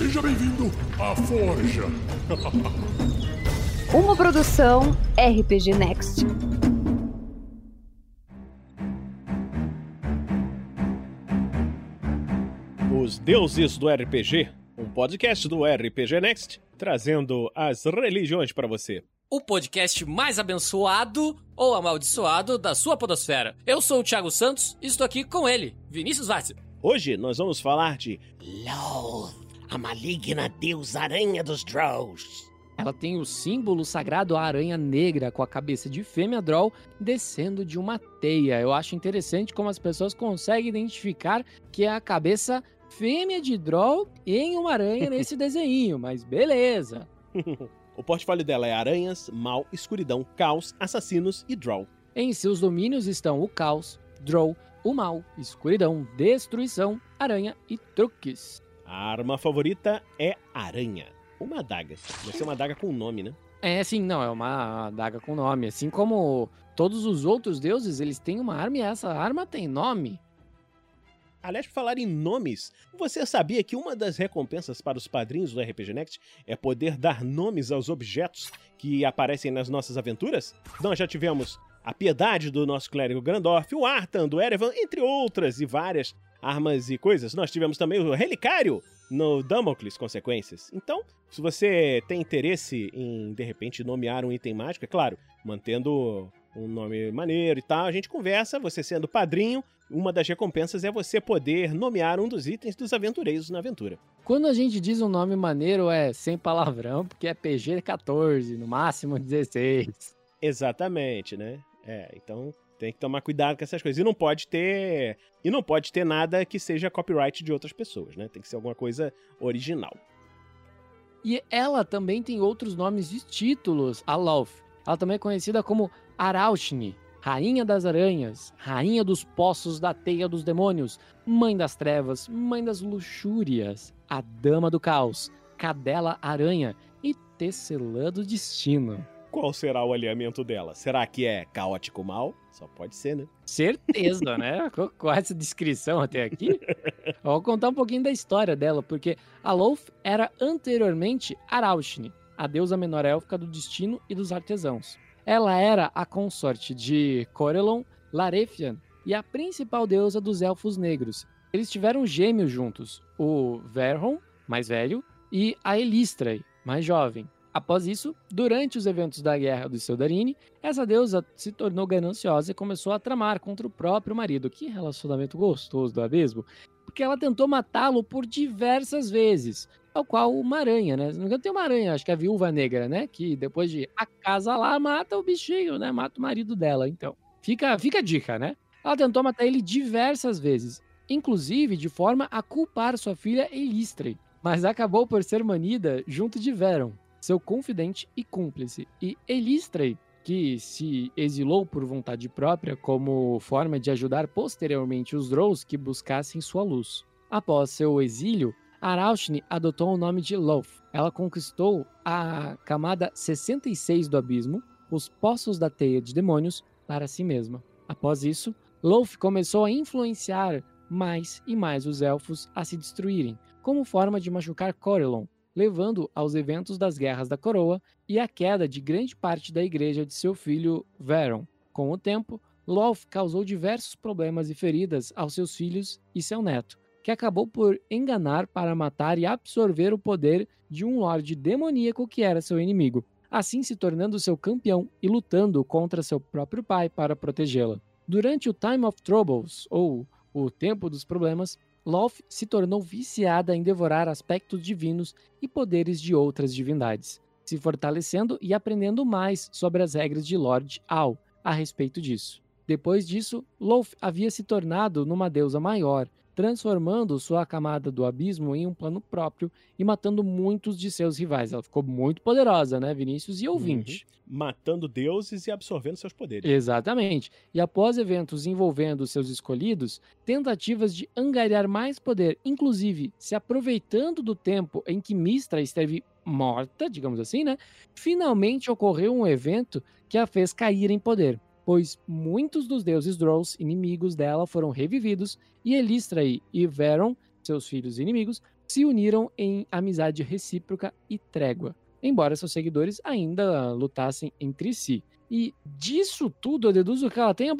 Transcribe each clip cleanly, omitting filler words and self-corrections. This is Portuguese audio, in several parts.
Seja bem-vindo à Forja. Uma produção RPG Next. Os Deuses do RPG, um podcast do RPG Next, trazendo as religiões para você. O podcast mais abençoado ou amaldiçoado da sua podosfera. Eu sou o Thiago Santos e estou aqui com ele, Vinícius Vaz. Hoje nós vamos falar de Loth, a maligna deusa aranha dos Drolls. Ela tem o símbolo sagrado a aranha negra com a cabeça de fêmea Droll descendo de uma teia. Eu acho interessante como as pessoas conseguem identificar que é a cabeça fêmea de Droll em uma aranha nesse desenho, mas beleza. O portfólio dela é aranhas, mal, escuridão, caos, assassinos e Droll. Em seus domínios estão o caos, Droll, o mal, escuridão, destruição, aranha e truques. A arma favorita é aranha. Uma adaga. Deve ser uma adaga com nome, né? É, sim, não, é uma adaga com nome. Assim como todos os outros deuses, eles têm uma arma e essa arma tem nome. Aliás, por falar em nomes, você sabia que uma das recompensas para os padrinhos do RPG Next é poder dar nomes aos objetos que aparecem nas nossas aventuras? Nós já tivemos a piedade do nosso clérigo Grandorf, o Artan do Erevan, entre outras e várias armas e coisas. Nós tivemos também o Relicário no Damocles Consequências. Então, se você tem interesse em, de repente, nomear um item mágico, é claro, mantendo um nome maneiro e tal, a gente conversa, você sendo padrinho, uma das recompensas é você poder nomear um dos itens dos aventureiros na aventura. Quando a gente diz um nome maneiro é sem palavrão, porque é PG-14, no máximo 16. Exatamente, né? Então tem que tomar cuidado com essas coisas. E não pode ter nada que seja copyright de outras pessoas, né? Tem que ser alguma coisa original. E ela também tem outros nomes e títulos, a Loth. Ela também é conhecida como Araushni, Rainha das Aranhas, Rainha dos Poços da Teia dos Demônios, Mãe das Trevas, Mãe das Luxúrias, a Dama do Caos, Cadela Aranha e Tecelã do Destino. Qual será o alinhamento dela? Será que é caótico mal? Só pode ser, né? Certeza, né? Com essa descrição até aqui. Eu vou contar um pouquinho da história dela, porque a Loth era anteriormente Araushni, a deusa menor élfica do destino e dos artesãos. Ela era a consorte de Corellon, Larefian e a principal deusa dos elfos negros. Eles tiveram gêmeos juntos, o Verhon, mais velho, e a Elistrae, mais jovem. Após isso, durante os eventos da Guerra do Seldarine, essa deusa se tornou gananciosa e começou a tramar contra o próprio marido. Que relacionamento gostoso do abismo! Porque ela tentou matá-lo por diversas vezes, ao qual uma aranha, né? Se não me engano, tem uma aranha, acho que é a Viúva Negra, né? Que depois de acasalar, mata o bichinho, né? Mata o marido dela, então. Fica a dica, né? Ela tentou matar ele diversas vezes, inclusive de forma a culpar sua filha Elistrae, mas acabou por ser manida junto de Veron, seu confidente e cúmplice. E Elistrae, que se exilou por vontade própria como forma de ajudar posteriormente os Drolls que buscassem sua luz. Após seu exílio, Araushni adotou o nome de Loth. Ela conquistou a camada 66 do abismo, os Poços da Teia de Demônios, para si mesma. Após isso, Loth começou a influenciar mais e mais os elfos a se destruírem, como forma de machucar Corellon, levando aos eventos das Guerras da Coroa e à queda de grande parte da igreja de seu filho Veron. Com o tempo, Loth causou diversos problemas e feridas aos seus filhos e seu neto, que acabou por enganar para matar e absorver o poder de um lorde demoníaco que era seu inimigo, assim se tornando seu campeão e lutando contra seu próprio pai para protegê-la. Durante o Time of Troubles, ou o Tempo dos Problemas, Loth se tornou viciada em devorar aspectos divinos e poderes de outras divindades, se fortalecendo e aprendendo mais sobre as regras de Lord Al a respeito disso. Depois disso, Loth havia se tornado numa deusa maior, transformando sua camada do abismo em um plano próprio e matando muitos de seus rivais. Ela ficou muito poderosa, né, Vinícius e ouvinte? Matando deuses e absorvendo seus poderes. Exatamente. E após eventos envolvendo seus escolhidos, tentativas de angariar mais poder, inclusive se aproveitando do tempo em que Mystra esteve morta, digamos assim, né, finalmente ocorreu um evento que a fez cair em poder, pois muitos dos deuses Drolls inimigos dela foram revividos e Elistrae e Veron, seus filhos inimigos, se uniram em amizade recíproca e trégua, embora seus seguidores ainda lutassem entre si. E disso tudo eu deduzo que ela tenha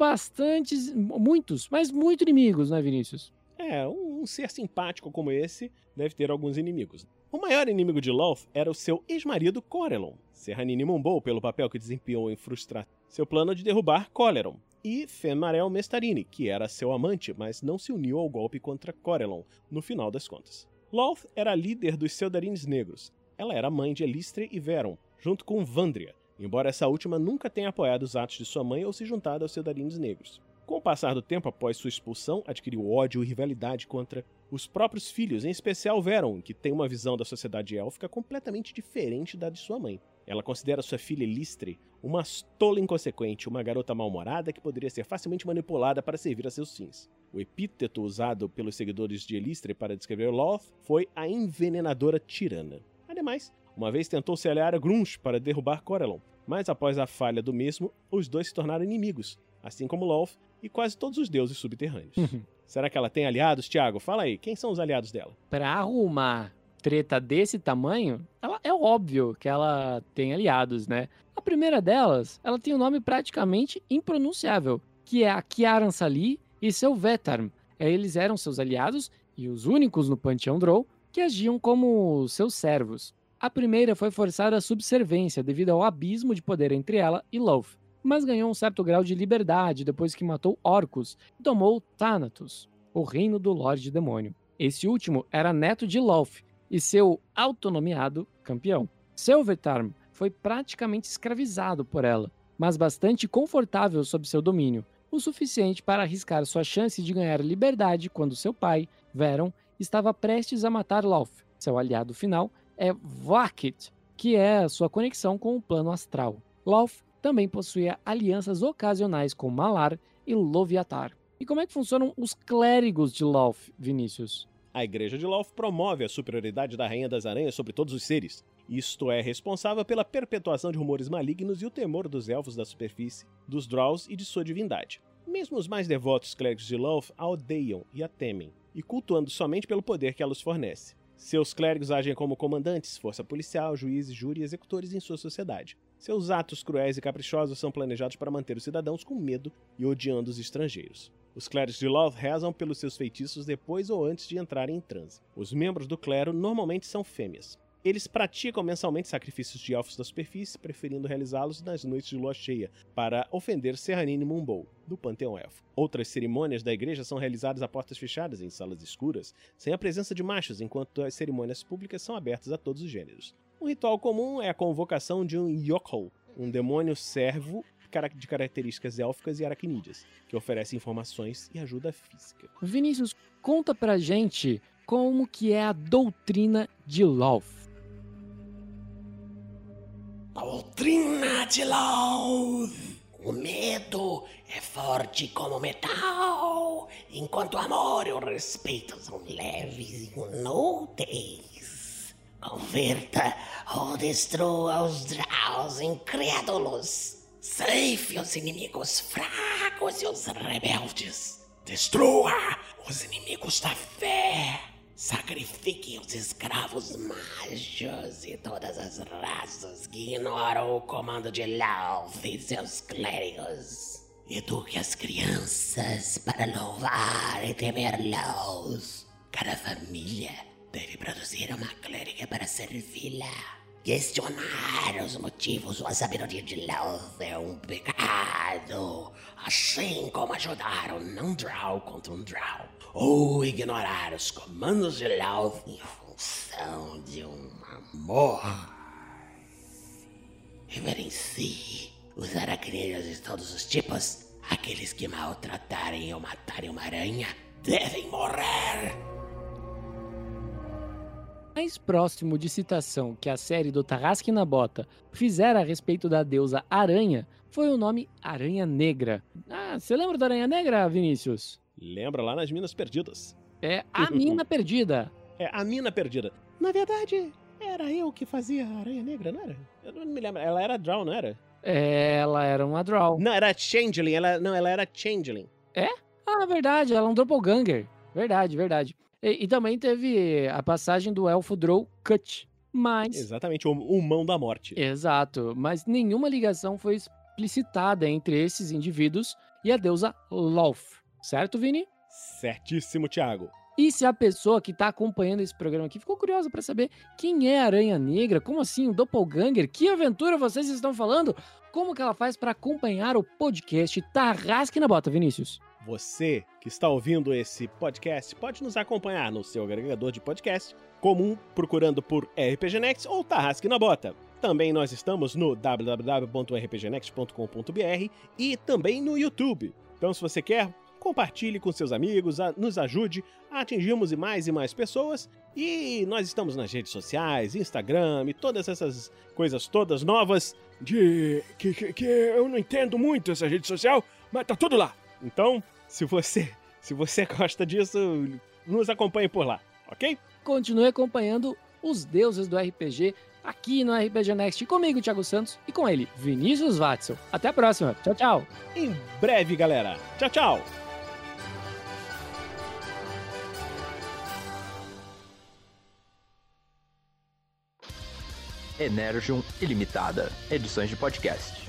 muitos, mas muito inimigos, né, Vinícius? Um ser simpático como esse deve ter alguns inimigos. O maior inimigo de Lolth era o seu ex-marido Corellon, Serranine Munbo, pelo papel que desempenhou em frustrar seu plano de derrubar Coleron, e Fenmarel Mestarini, que era seu amante, mas não se uniu ao golpe contra Corellon, no final das contas. Lolth era a líder dos Seldarines Negros. Ela era mãe de Elistre e Veron, junto com Vandria, embora essa última nunca tenha apoiado os atos de sua mãe ou se juntado aos Seldarines Negros. Com o passar do tempo após sua expulsão, adquiriu ódio e rivalidade contra os próprios filhos, em especial Veron, que tem uma visão da sociedade élfica completamente diferente da de sua mãe. Ela considera sua filha Elistre uma tola inconsequente, uma garota mal-humorada que poderia ser facilmente manipulada para servir a seus fins. O epíteto usado pelos seguidores de Elistre para descrever Lolth foi a envenenadora tirana. Ademais, uma vez tentou se aliar a Grunge para derrubar Corellon, mas após a falha do mesmo, os dois se tornaram inimigos, assim como Lolth e quase todos os deuses subterrâneos. Será que ela tem aliados, Thiago? Fala aí, quem são os aliados dela? Pra arrumar treta desse tamanho, é óbvio que ela tem aliados, né? A primeira delas, ela tem um nome praticamente impronunciável, que é a Kiaran Sali e seu Vetarm. Eles eram seus aliados e os únicos no panteão Drow que agiam como seus servos. A primeira foi forçada à subservência devido ao abismo de poder entre ela e Lolth, mas ganhou um certo grau de liberdade depois que matou Orcus e tomou Thanatos, o reino do Lorde Demônio. Esse último era neto de Lolth e seu autonomeado campeão. Seu Vetarm foi praticamente escravizado por ela, mas bastante confortável sob seu domínio, o suficiente para arriscar sua chance de ganhar liberdade quando seu pai, Veron, estava prestes a matar Lolth. Seu aliado final é Vakit, que é a sua conexão com o plano astral. Lolth também possuía alianças ocasionais com Malar e Loviatar. E como é que funcionam os clérigos de Lolth, Vinícius? A Igreja de Lolth promove a superioridade da Rainha das Aranhas sobre todos os seres. Isto é responsável pela perpetuação de rumores malignos e o temor dos elfos da superfície, dos Drows e de sua divindade. Mesmo os mais devotos clérigos de Lolth a odeiam e a temem, e cultuando somente pelo poder que ela os fornece. Seus clérigos agem como comandantes, força policial, juízes, júri e executores em sua sociedade. Seus atos cruéis e caprichosos são planejados para manter os cidadãos com medo e odiando os estrangeiros. Os clérigos de Lolth rezam pelos seus feitiços depois ou antes de entrarem em transe. Os membros do clero normalmente são fêmeas. Eles praticam mensalmente sacrifícios de elfos da superfície, preferindo realizá-los nas noites de lua cheia, para ofender Serranine Munbo, do Panteão Elfo. Outras cerimônias da igreja são realizadas a portas fechadas, em salas escuras, sem a presença de machos, enquanto as cerimônias públicas são abertas a todos os gêneros. Um ritual comum é a convocação de um Yokol, um demônio servo de características élficas e aracnídeas, que oferece informações e ajuda física. Vinícius, conta pra gente como que é a doutrina de Lolth. Doutrina de Lolth. O medo é forte como metal, enquanto o amor e o respeito são leves e inúteis. Converta ou destrua os Drows incrédulos. Ceife os inimigos fracos e os rebeldes. Destrua os inimigos da fé. Sacrifique os escravos machos e todas as raças que ignoram o comando de Lolth e seus clérigos. Eduque as crianças para louvar e temer Lolth. Cada família deve produzir uma clériga para servi-la. Questionar os motivos ou a sabedoria de Lolth é um pecado, assim como ajudar um não-Drow contra um Drow, ou ignorar os comandos de Lolth em função de um amor. Reverencie os aracnídeos de todos os tipos. Aqueles que maltratarem ou matarem uma aranha devem morrer. Mais próximo de citação que a série do Tarrasque na Bota fizera a respeito da deusa Aranha foi o nome Aranha Negra. Você lembra da Aranha Negra, Vinícius? Lembra lá nas Minas Perdidas. É a Mina Perdida. É a Mina Perdida. Na verdade, era eu que fazia a Aranha Negra, não era? Eu não me lembro. Ela era Drow, não era? Ela era uma Drow. Não, era Changeling. Ela era Changeling. É? Verdade. Ela é um Doppelganger. Verdade. E também teve a passagem do elfo Drow Cut. Mas... Exatamente, o mão da morte. Exato, mas nenhuma ligação foi explicitada entre esses indivíduos e a deusa Lolth. Certo, Vini? Certíssimo, Thiago. E se a pessoa que tá acompanhando esse programa aqui ficou curiosa pra saber quem é a Aranha Negra, como assim, um doppelganger, que aventura vocês estão falando? Como que ela faz pra acompanhar o podcast Tarrasque na Bota, Vinícius? Você que está ouvindo esse podcast pode nos acompanhar no seu agregador de podcast comum, procurando por RPG Next ou Tarrasque na Bota. Também nós estamos no www.rpgnext.com.br e também no YouTube. Então, se você quer, compartilhe com seus amigos, nos ajude a atingirmos mais e mais pessoas. E nós estamos nas redes sociais, Instagram e todas essas coisas todas novas Que eu não entendo muito essa rede social, mas tá tudo lá. Então, se você gosta disso, nos acompanhe por lá, ok? Continue acompanhando os deuses do RPG aqui no RPG Next, comigo, Thiago Santos, e com ele, Vinícius Watzel. Até a próxima. Tchau, tchau. Em breve, galera. Tchau, tchau. Energium Ilimitada, edições de podcast.